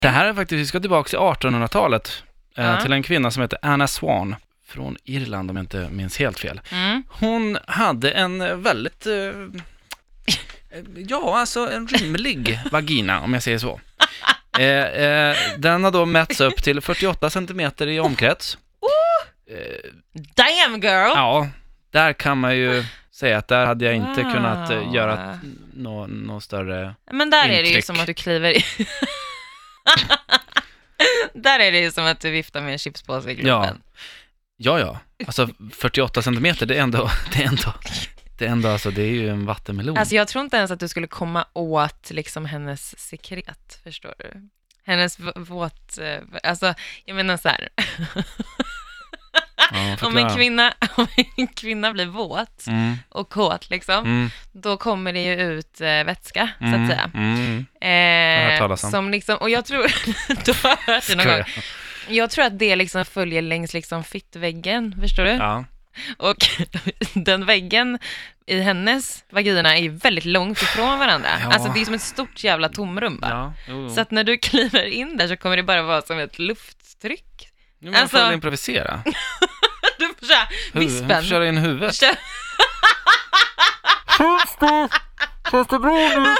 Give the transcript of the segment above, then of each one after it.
Det här är faktiskt, vi ska tillbaka till 1800-talet till en kvinna som heter Anna Swan från Irland, om jag inte minns helt fel. Hon hade en väldigt en rymlig vagina, om jag säger så. Den har då mätts upp till 48 centimeter i omkrets. Damn girl! Ja, där kan man ju säga att där hade jag inte kunnat göra något större Men där intryck. är det ju som att du kliver i. Där är det ju som att du viftar med en chipspåse i klubben. Ja. Alltså 48 centimeter, det är ändå alltså, det är ju en vattenmelon. Alltså jag tror inte ens att du skulle komma åt liksom hennes sekret, förstår du? Hennes alltså jag menar så här. Om en kvinna blir våt och kåt liksom, då kommer det ju ut vätska så att säga. Som liksom, och jag tror du har hört det någon gång. Jag tror att det liksom följer längs liksom fittväggen, förstår du? Ja. Och den väggen i hennes vagina är ju väldigt långt ifrån varandra. Ja. Alltså det är som ett stort jävla tomrum bara. Ja, så att när du kliver in där så kommer det bara vara som ett lufttryck. Jo, man får improvisera. Du får köra vispen. Köra in huvudet. Känns det bra nu?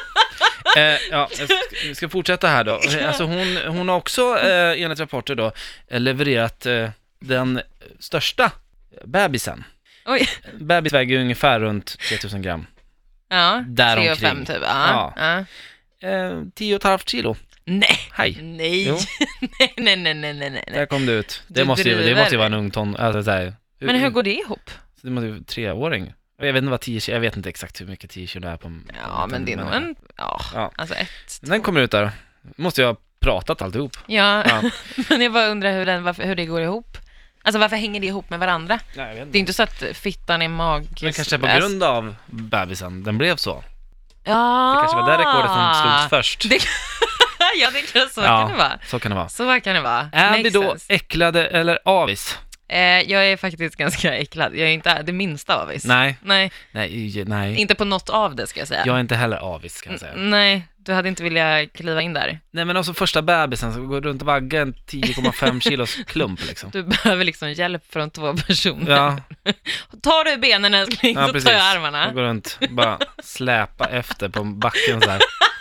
Vi ska fortsätta här då. Alltså hon har också enligt rapporter då levererat den största bebisen. Oj. Bebis väger ungefär runt 3000 gram. Ja, däromkring. 3,5 typ. Ja. 10,5 kilo. Nej. Hej. Nej. nej. Där kom det ut. Det måste ju vara en ung ton. Alltså, så här, men hur går det ihop? Det måste ju 3-åring. Jag vet inte vad 10 kilo, jag vet inte exakt hur mycket 10 kilo är på. Ja, men det är nog en alltså 1. Den kommer ut där. Måste jag ha pratat alltihop. Ja. Men jag bara undrar hur det går ihop. Alltså varför hänger det ihop med varandra? Nej, jag vet inte. Det är inte så att fittan är magisk. Men kanske på grund av bebisen den blev så. Ja. Det kanske var där rekordet som slogs först. Ja, det är så kan det vara. Så kan det vara. Så kan det vara. Är vi då äcklade eller avis? Jag är faktiskt ganska äcklad. Jag är inte det minsta avis. Nej. Inte på något av det, ska jag säga. Jag är inte heller avis, kan jag säga. Nej, du hade inte velat kliva in där. Nej, men också första bebisen så går runt och vagga en 10,5 kilos klump liksom. Du behöver liksom hjälp från 2 personer. Ja. Tar du benen älskling, så tar jag armarna. Jag går runt bara släpa efter på backen så här.